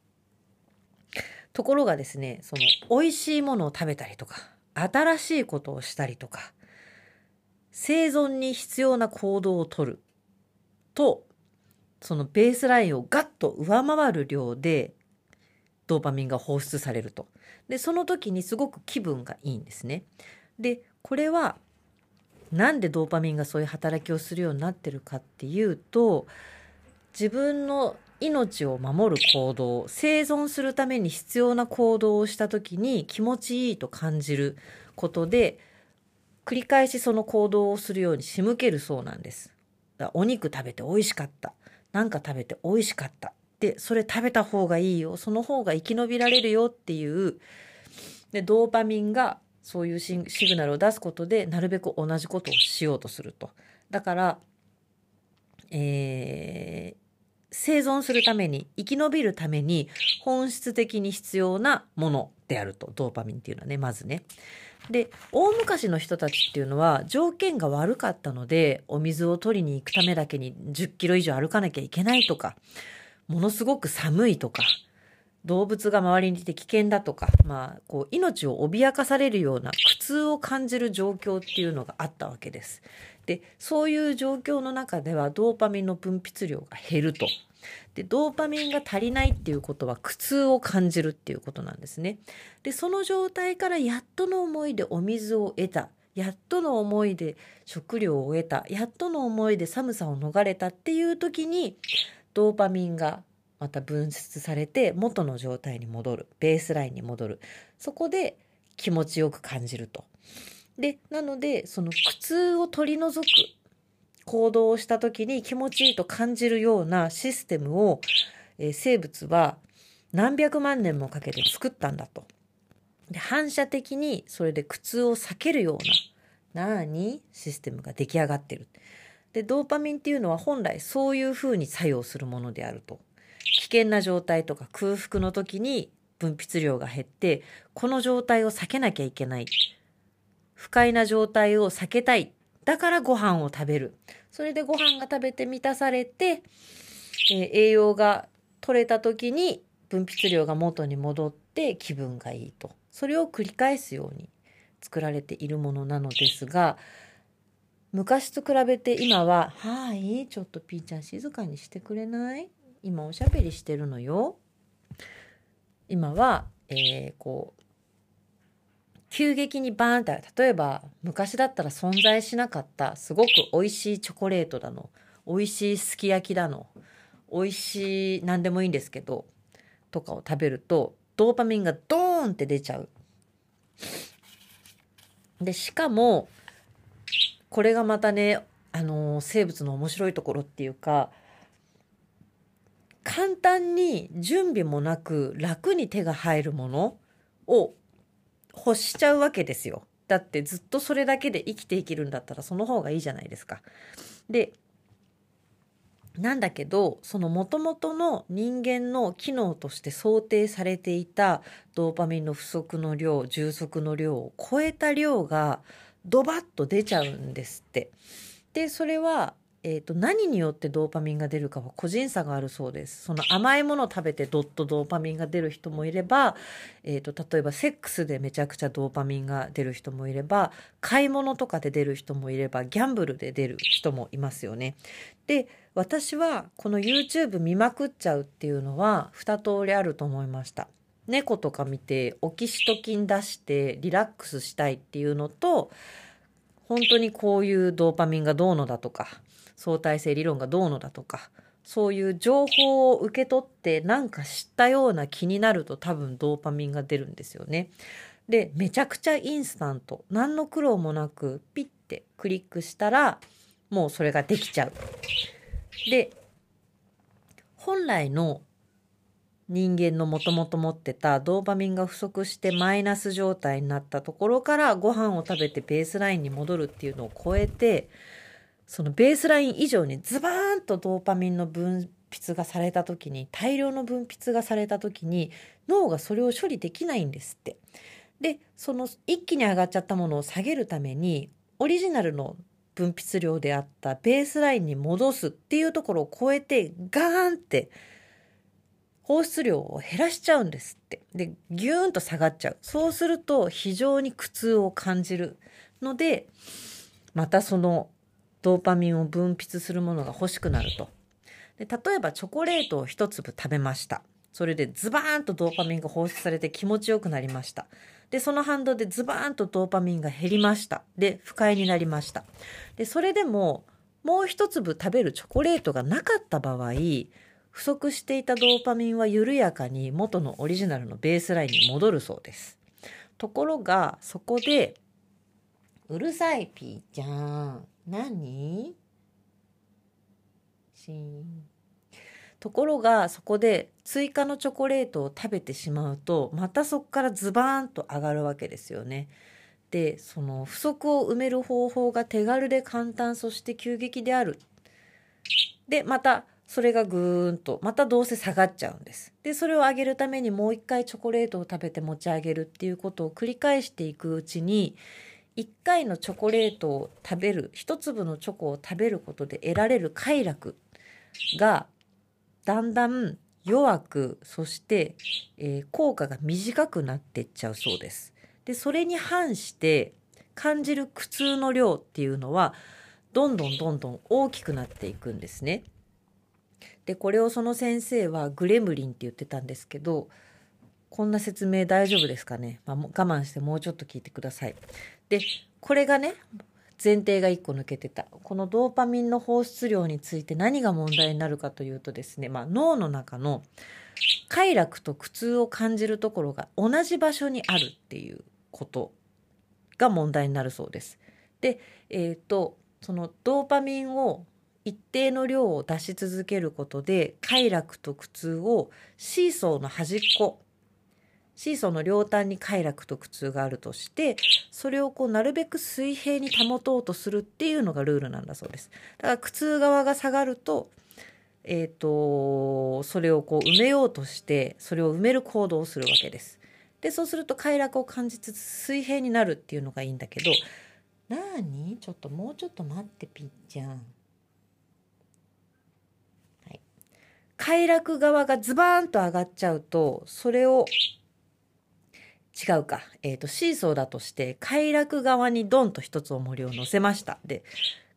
ところがですね、その美味しいものを食べたりとか、新しいことをしたりとか、生存に必要な行動をとると、そのベースラインをガッと上回る量でドーパミンが放出されると。で、その時にすごく気分がいいんですね。で、これはなんでドーパミンがそういう働きをするようになってるかっていうと、自分の命を守る行動、生存するために必要な行動をした時に気持ちいいと感じることで、繰り返しその行動をするように仕向けるそうなんです。だからお肉食べて美味しかった。なんか食べて美味しかった。で、それ食べた方がいいよ。その方が生き延びられるよっていう。で、ドーパミンがそういうシグナルを出すことで、なるべく同じことをしようとすると。だから、えー、生存するために、生き延びるために本質的に必要なものであると。ドーパミンっていうのはね、まずね。で、大昔の人たちっていうのは条件が悪かったので、お水を取りに行くためだけにじゅっキロ以上歩かなきゃいけないとか、ものすごく寒いとか、動物が周りにいて危険だとか、まあ、こう命を脅かされるような苦痛を感じる状況っていうのがあったわけです。で、そういう状況の中ではドーパミンの分泌量が減ると。で、ドーパミンが足りないっていうことは苦痛を感じるっていうことなんですね。で、その状態からやっとの思いでお水を得た。やっとの思いで食料を得た。やっとの思いで寒さを逃れたっていう時に、ドーパミンがまた分泌されて元の状態に戻る。ベースラインに戻る。そこで気持ちよく感じると。で、なので、その苦痛を取り除く行動をした時に気持ちいいと感じるようなシステムを、えー、生物は何百万年もかけて作ったんだと。で、反射的にそれで苦痛を避けるような、なにシステムが出来上がってる。で、ドーパミンっていうのは本来そういうふうに作用するものであると。危険な状態とか空腹の時に分泌量が減って、この状態を避けなきゃいけない。不快な状態を避けたい。だからご飯を食べる。それでご飯が食べて満たされて、えー、栄養が取れた時に分泌量が元に戻って気分がいいと。それを繰り返すように作られているものなのですが、昔と比べて今は、はい、ちょっとピーちゃん静かにしてくれない？ 今おしゃべりしてるのよ。今は、えー、こう急激にバーンって、例えば昔だったら存在しなかったすごく美味しいチョコレートだの、美味しいすき焼きだの、美味しい何でもいいんですけどとかを食べるとドーパミンがドーンって出ちゃう。でしかもこれがまたね、あのー生物の面白いところっていうか、簡単に準備もなく楽に手が入るものを欲しちゃうわけですよ。だってずっとそれだけで生きていけるんだったらその方がいいじゃないですか。で、なんだけど、その元々の人間の機能として想定されていたドーパミンの不足の量、充足の量を超えた量がドバッと出ちゃうんですって。で、それはえーと、何によってドーパミンが出るかは個人差があるそうです。その甘いものを食べてドッとドーパミンが出る人もいれば、えーと、例えばセックスでめちゃくちゃドーパミンが出る人もいれば、買い物とかで出る人もいれば、ギャンブルで出る人もいますよね。で、私はこの YouTube 見まくっちゃうっていうのは二通りあると思いました。猫とか見てオキシトキン出してリラックスしたいっていうのと、本当にこういうドーパミンがどうのだとか、相対性理論がどうのだとか、そういう情報を受け取ってなんか知ったような気になると多分ドーパミンが出るんですよね。で、めちゃくちゃインスタント。何の苦労もなくピッてクリックしたらもうそれができちゃう。で、本来の人間のもともと持ってたドーパミンが不足してマイナス状態になったところからご飯を食べてベースラインに戻るっていうのを超えて、そのベースライン以上にズバーンとドーパミンの分泌がされた時に、大量の分泌がされた時に脳がそれを処理できないんですって。で、その一気に上がっちゃったものを下げるためにオリジナルの分泌量であったベースラインに戻すっていうところを超えてガーンって放出量を減らしちゃうんですって。で、ギューンと下がっちゃう。そうすると非常に苦痛を感じるので、またそのドーパミンを分泌するものが欲しくなると。で、例えばチョコレートを一粒食べました。それでズバーンとドーパミンが放出されて気持ちよくなりました。で、その反動でズバーンとドーパミンが減りました。で、不快になりました。で、それでももう一粒食べるチョコレートがなかった場合、不足していたドーパミンは緩やかに元のオリジナルのベースラインに戻るそうです。ところが、そこで、うるさいピーちゃん。何？シーン。ところが、そこで追加のチョコレートを食べてしまうと、またそこからズバーンと上がるわけですよね。で、その不足を埋める方法が手軽で簡単、そして急激である。で、また、それがぐーんと、またどうせ下がっちゃうんです。で、それを上げるためにもう一回チョコレートを食べて持ち上げるっていうことを繰り返していくうちに、一回のチョコレートを食べる、一粒のチョコを食べることで得られる快楽がだんだん弱く、そして、えー効果が短くなっていっちゃうそうです。で、それに反して感じる苦痛の量っていうのはどんどんどんどん大きくなっていくんですね。で、これをその先生はグレムリンって言ってたんですけど、こんな説明大丈夫ですかね。まあ、もう我慢してもうちょっと聞いてください。で、これがね、前提がいっこ抜けてた。このドーパミンの放出量について何が問題になるかというとですね、まあ、脳の中の快楽と苦痛を感じるところが同じ場所にあるっていうことが問題になるそうです。で、えっと、そのドーパミンを一定の量を出し続けることで快楽と苦痛をシーソーの端っこ、シーソーの両端に快楽と苦痛があるとして、それをこうなるべく水平に保とうとするっていうのがルールなんだそうです。だから苦痛側が下がると、えっと、それをこう埋めようとして、それを埋める行動をするわけです。で、そうすると快楽を感じつつ水平になるっていうのがいいんだけど、なーに？ちょっともうちょっと待ってピッちゃん。はい。快楽側がズバーンと上がっちゃうと、それを違うか。えっと、シーソーだとして、快楽側にドンと一つ重りを乗せました。で、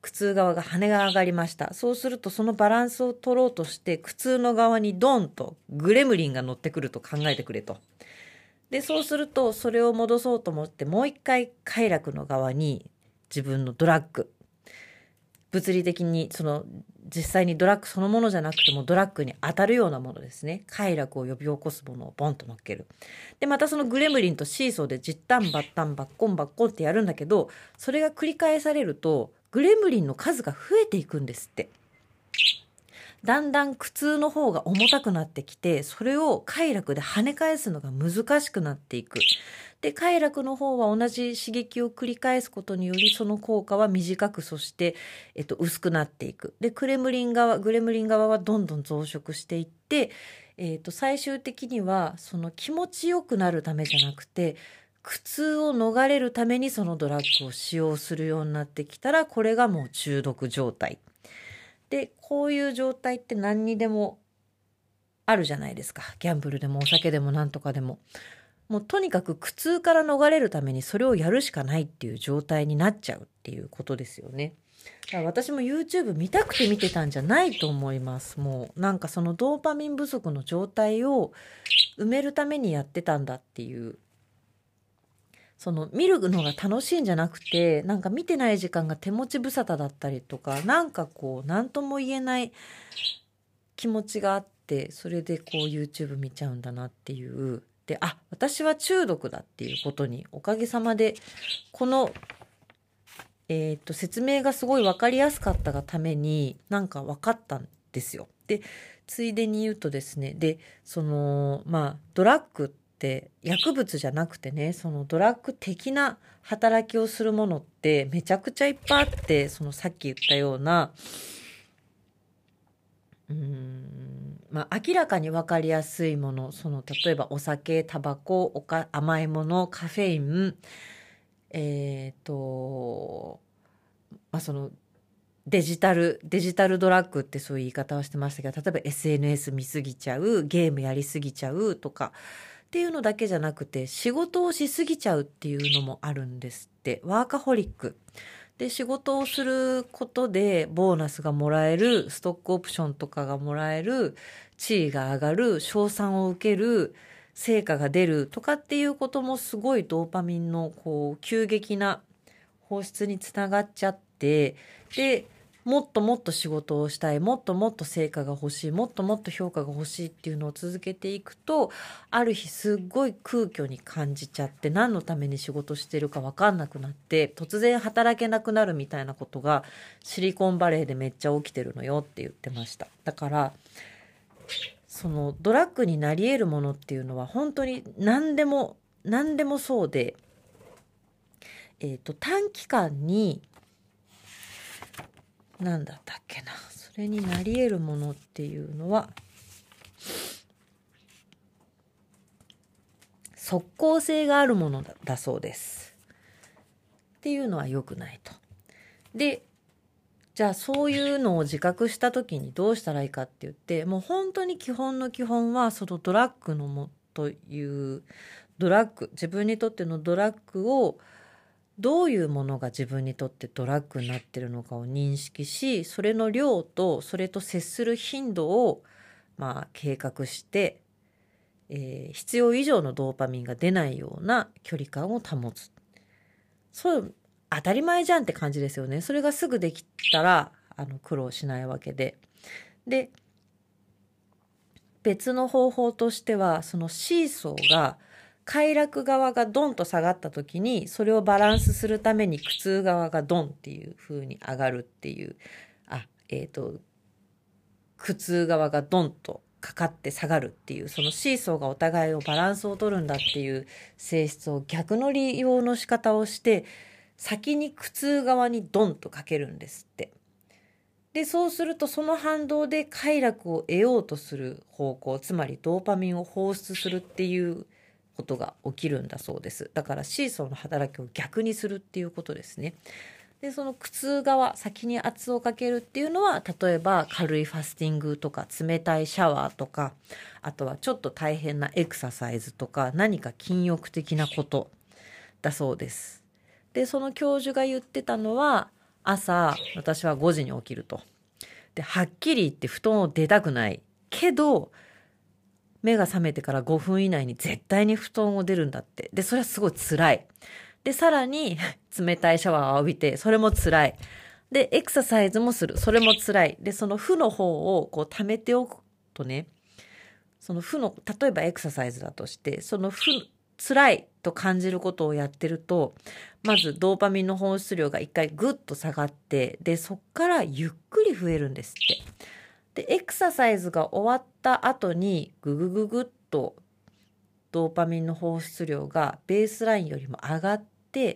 苦痛側が羽が上がりました。そうするとそのバランスを取ろうとして苦痛の側にドンとグレムリンが乗ってくると考えてくれと。でそうするとそれを戻そうと思ってもう一回快楽の側に自分のドラッグ、物理的にその実際にドラッグそのものじゃなくてもドラッグに当たるようなものですね、快楽を呼び起こすものをボンと乗っける。でまたそのグレムリンとシーソーでじったんばったんばっこんばっこんってやるんだけど、それが繰り返されるとグレムリンの数が増えていくんですって。だんだん苦痛の方が重たくなってきて、それを快楽で跳ね返すのが難しくなっていく。で快楽の方は同じ刺激を繰り返すことによりその効果は短く、そして、えっと、薄くなっていく。でクレムリン側グレムリン側はどんどん増殖していって、えっと、最終的にはその気持ちよくなるためじゃなくて苦痛を逃れるためにそのドラッグを使用するようになってきたら、これがもう中毒状態で、こういう状態って何にでもあるじゃないですか。ギャンブルでもお酒でも何とかでも。もうとにかく苦痛から逃れるためにそれをやるしかないっていう状態になっちゃうっていうことですよね。だから私も YouTube 見たくて見てたんじゃないと思います。もうなんかそのドーパミン不足の状態を埋めるためにやってたんだっていう、その見るのが楽しいんじゃなくて、なんか見てない時間が手持ち無沙汰だったりとか、なんかこう何とも言えない気持ちがあって、それでこう YouTube 見ちゃうんだなっていう。で、あ、私は中毒だっていうことにおかげさまでこのえー、と説明がすごい分かりやすかったがためになんか分かったんですよ。でついでに言うとですね、でそのまあドラッグって薬物じゃなくてね、そのドラッグ的な働きをするものってめちゃくちゃいっぱいあって、そのさっき言ったようなうーんまあ明らかに分かりやすいもの、その例えばお酒、タバコ、おか甘いもの、カフェイン、えっ、とまあそのデジタルデジタルドラッグってそういう言い方はしてましたけど、例えば エスエヌエス 見すぎちゃう、ゲームやりすぎちゃうとかっていうのだけじゃなくて、仕事をしすぎちゃうっていうのもあるんですって。ワーカホリックで仕事をすることでボーナスがもらえる、ストックオプションとかがもらえる、地位が上がる、称賛を受ける、成果が出るとかっていうこともすごいドーパミンのこう急激な放出につながっちゃって、でもっともっと仕事をしたい、もっともっと成果が欲しい、もっともっと評価が欲しいっていうのを続けていくと、ある日すっごい空虚に感じちゃって、何のために仕事してるか分かんなくなって突然働けなくなるみたいなことがシリコンバレーでめっちゃ起きてるのよって言ってました。だからそのドラッグになり得るものっていうのは本当に何でも何でもそうで、えーと、短期間に何だったっけな、それになり得るものっていうのは即効性があるもの だ, だそうです。っていうのは良くないと。でじゃあそういうのを自覚した時にどうしたらいいかって言って、もう本当に基本の基本はそのドラッグのもというドラッグ、自分にとってのドラッグをどういうものが自分にとってドラッグになっているのかを認識し、それの量とそれと接する頻度をまあ計画して、えー、必要以上のドーパミンが出ないような距離感を保つ。そう当たり前じゃんって感じですよね。それがすぐできたらあの苦労しないわけで。で別の方法としては、そのシーソーが快楽側がドンと下がった時にそれをバランスするために苦痛側がドンっていう風に上がるっていう、あえっと苦痛側がドンとかかって下がるっていう、そのシーソーがお互いをバランスを取るんだっていう性質を逆の利用の仕方をして、先に苦痛側にドンとかけるんですって。でそうするとその反動で快楽を得ようとする方向、つまりドーパミンを放出するっていうことが起きるんだそうです。だからシーソーの働きを逆にするっていうことですね。でその苦痛側、先に圧をかけるっていうのは、例えば軽いファスティングとか冷たいシャワーとか、あとはちょっと大変なエクササイズとか、何か禁欲的なことだそうです。でその教授が言ってたのは、 朝、私はごじに起きると。で、はっきり言って布団を出たくない。けど、目が覚めてからごふん以内に絶対に布団を出るんだって。で、それはすごい辛い。で、さらに、冷たいシャワーを浴びて、それも辛い。で、エクササイズもする。それも辛い。で、その負の方をこう溜めておくとね、その負の、例えばエクササイズだとして、その負、辛いと感じることをやってると、まずドーパミンの放出量が一回グッと下がって、で、そっからゆっくり増えるんですって。で、エクササイズが終わった後に、ググググッとドーパミンの放出量がベースラインよりも上がって、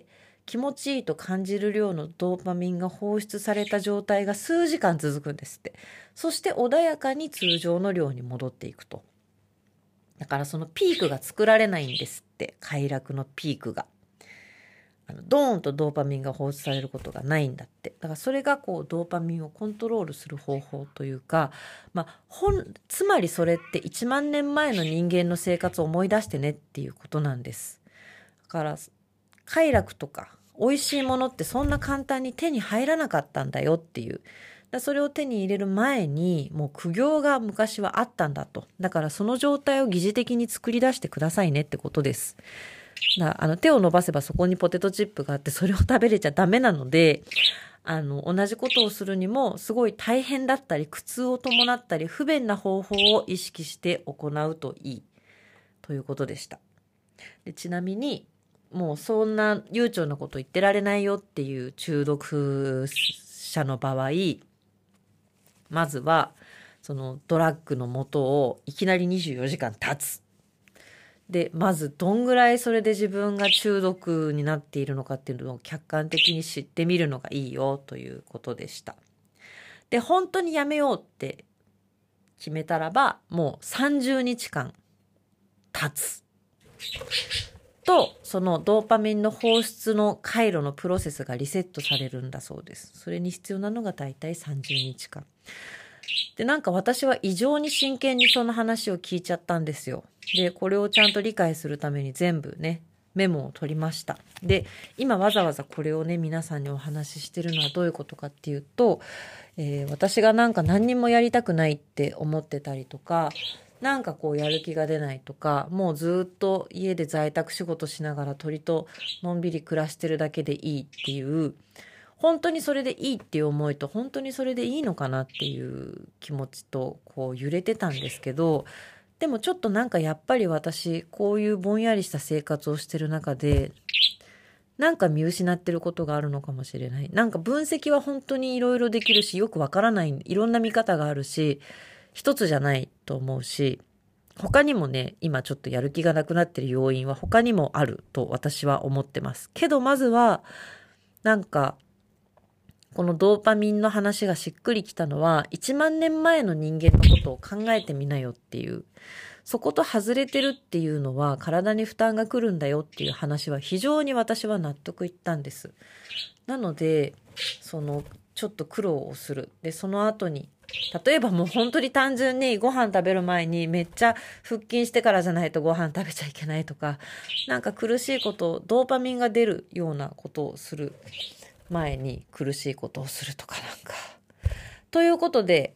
気持ちいいと感じる量のドーパミンが放出された状態が数時間続くんですって。そして穏やかに通常の量に戻っていくと。だからそのピークが作られないんですって。快楽のピークが。あのドーンとドーパミンが放出されることがないんだって。だからそれがこうドーパミンをコントロールする方法というか、まあ、本つまりそれっていちまんねんまえの人間の生活を思い出してねっていうことなんです。だから快楽とか美味しいものってそんな簡単に手に入らなかったんだよっていう。だそれを手に入れる前にもう苦行が昔はあったんだと。だからその状態を疑似的に作り出してくださいねってことです。だあの手を伸ばせばそこにポテトチップがあってそれを食べれちゃダメなので、あの同じことをするにもすごい大変だったり苦痛を伴ったり不便な方法を意識して行うといいということでした。でちなみにもうそんな悠長なこと言ってられないよっていう中毒者の場合、まずはそのドラッグの元をいきなりにじゅうよじかん経つ。で、まずどんぐらいそれで自分が中毒になっているのかっていうのを客観的に知ってみるのがいいよということでした。で、本当にやめようって決めたらば、もうさんじゅうにちかん経つ。と、そのドーパミンの放出の回路のプロセスがリセットされるんだそうです。それに必要なのがだいたいさんじゅうにちかん。で、なんか私は異常に真剣にその話を聞いちゃったんですよ。で、これをちゃんと理解するために全部ね、メモを取りました。で、今わざわざこれをね、皆さんにお話ししてるのはどういうことかっていうと、えー、私がなんか何にもやりたくないって思ってたりとか、なんかこうやる気が出ないとか、もうずっと家で在宅仕事しながら鳥とのんびり暮らしてるだけでいいっていう、本当にそれでいいっていう思いと本当にそれでいいのかなっていう気持ちとこう揺れてたんですけど、でもちょっとなんかやっぱり私こういうぼんやりした生活をしてる中でなんか見失ってることがあるのかもしれない。なんか分析は本当にいろいろできるしよくわからない、いろんな見方があるし一つじゃないと思うし、他にもね今ちょっとやる気がなくなってる要因は他にもあると私は思ってますけど、まずはなんかこのドーパミンの話がしっくりきたのはいちまんねんまえの人間のことを考えてみなよっていう、そこと外れてるっていうのは体に負担が来るんだよっていう話は非常に私は納得いったんです。なのでそのちょっと苦労をする。でその後に例えばもう本当に単純にご飯食べる前にめっちゃ腹筋してからじゃないとご飯食べちゃいけないとか、なんか苦しいことドーパミンが出るようなことをする前に苦しいことをするとかなんかということで、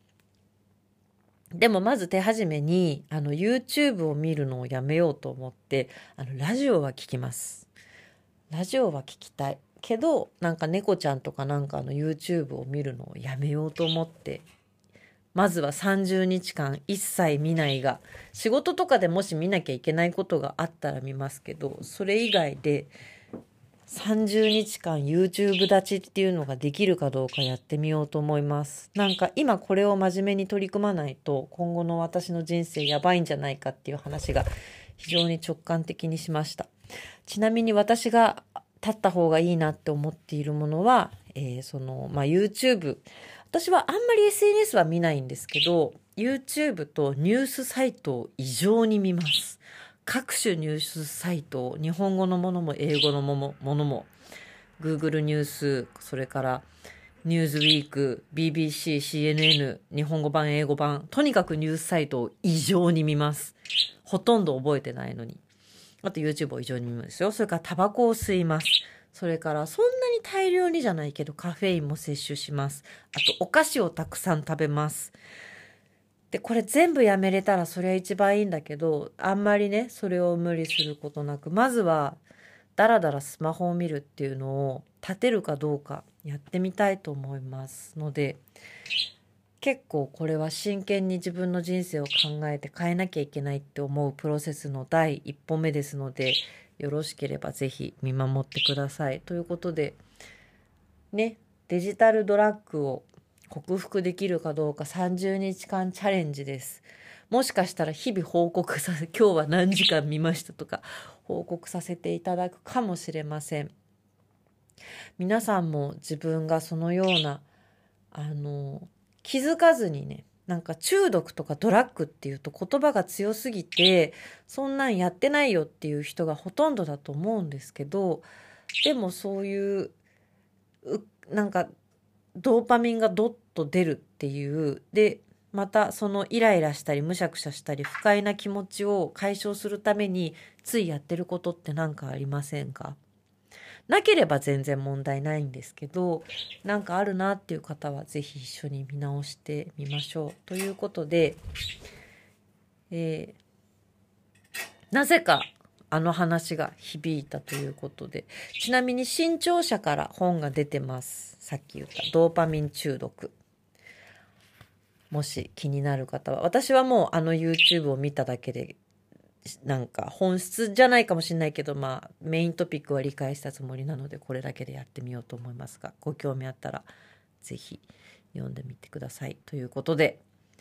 でもまず手始めにあの YouTube を見るのをやめようと思ってあのラジオは聞きます。ラジオは聞きたいけどなんか猫ちゃんとかなんかの YouTube を見るのをやめようと思って、まずはさんじゅうにちかん一切見ないが、仕事とかでもし見なきゃいけないことがあったら見ますけど、それ以外でさんじゅうにちかん YouTube 立ちっていうのができるかどうかやってみようと思います。なんか今これを真面目に取り組まないと今後の私の人生やばいんじゃないかっていう話が非常に直感的にしました。ちなみに私が立った方がいいなって思っているものは、えー、その、まあ、YouTube。私はあんまり エスエヌエス は見ないんですけど、YouTube とニュースサイトを異常に見ます。各種ニュースサイト、日本語のものも英語のものも、ものも Google ニュース、それからニューズウィーク、ビービーシー、シーエヌエヌ、日本語版、英語版、とにかくニュースサイトを異常に見ます。ほとんど覚えてないのに。あと YouTube を異常に見ますよ。それからタバコを吸います。 それからそんなに大量にじゃないけどカフェインも摂取します。あとお菓子をたくさん食べます。で、これ全部やめれたらそれは一番いいんだけど、あんまりね、それを無理することなく、まずはだらだらスマホを見るっていうのを立てるかどうかやってみたいと思いますので、結構これは真剣に自分の人生を考えて変えなきゃいけないって思うプロセスの第一歩目ですので、よろしければぜひ見守ってください。ということで、ね、デジタルドラッグを克服できるかどうかさんじゅうにちかんチャレンジです。もしかしたら日々報告させ、今日は何時間見ましたとか報告させていただくかもしれません。皆さんも自分がそのような、あの、気づかずにね、なんか中毒とかドラッグっていうと言葉が強すぎて、そんなんやってないよっていう人がほとんどだと思うんですけど、でもそういう、うなんかドーパミンがドッと出るっていう、で、またそのイライラしたりむしゃくしゃしたり不快な気持ちを解消するためについやってることって何かありませんか？なければ全然問題ないんですけど、なんかあるなっていう方はぜひ一緒に見直してみましょう。ということで、えー、なぜかあの話が響いたということで、ちなみに新潮社から本が出てます。さっき言ったドーパミン中毒。もし気になる方は、私はもうあの YouTube を見ただけでなんか本質じゃないかもしれないけど、まあメイントピックは理解したつもりなのでこれだけでやってみようと思いますが、ご興味あったらぜひ読んでみてください。ということで、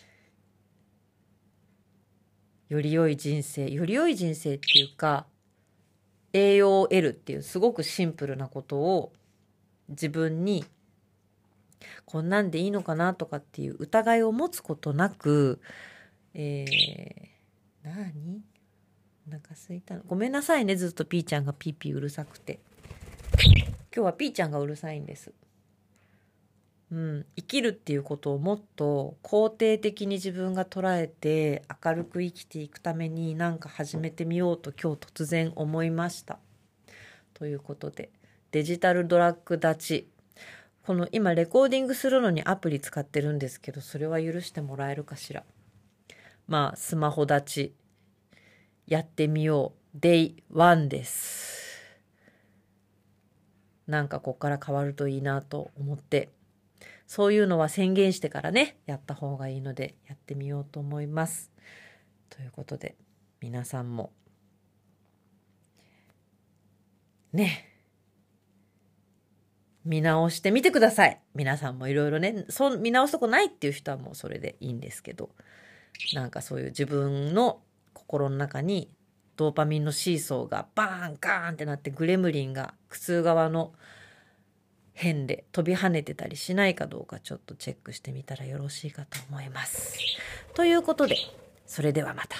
より良い人生、より良い人生っていうか栄養を得るっていうすごくシンプルなことを自分にこんなんでいいのかなとかっていう疑いを持つことなく、えー、何お腹すいたの。ごめんなさいね、ずっとピーちゃんがピーピーうるさくて。今日はピーちゃんがうるさいんです。うん、生きるっていうことをもっと肯定的に自分が捉えて明るく生きていくために何か始めてみようと今日突然思いました。ということで、デジタルドラッグ立ち。この今レコーディングするのにアプリ使ってるんですけど、それは許してもらえるかしら。まあスマホ立ちやってみようデイワンです。なんかこっから変わるといいなと思って、そういうのは宣言してからねやった方がいいのでやってみようと思います。ということで皆さんもね見直してみてください。皆さんもいろいろね、そう見直すとこないっていう人はもうそれでいいんですけど、なんかそういう自分の心の中にドーパミンのシーソーがバーンガーンってなってグレムリンが苦痛側の辺で飛び跳ねてたりしないかどうかちょっとチェックしてみたらよろしいかと思います。ということで、それではまた。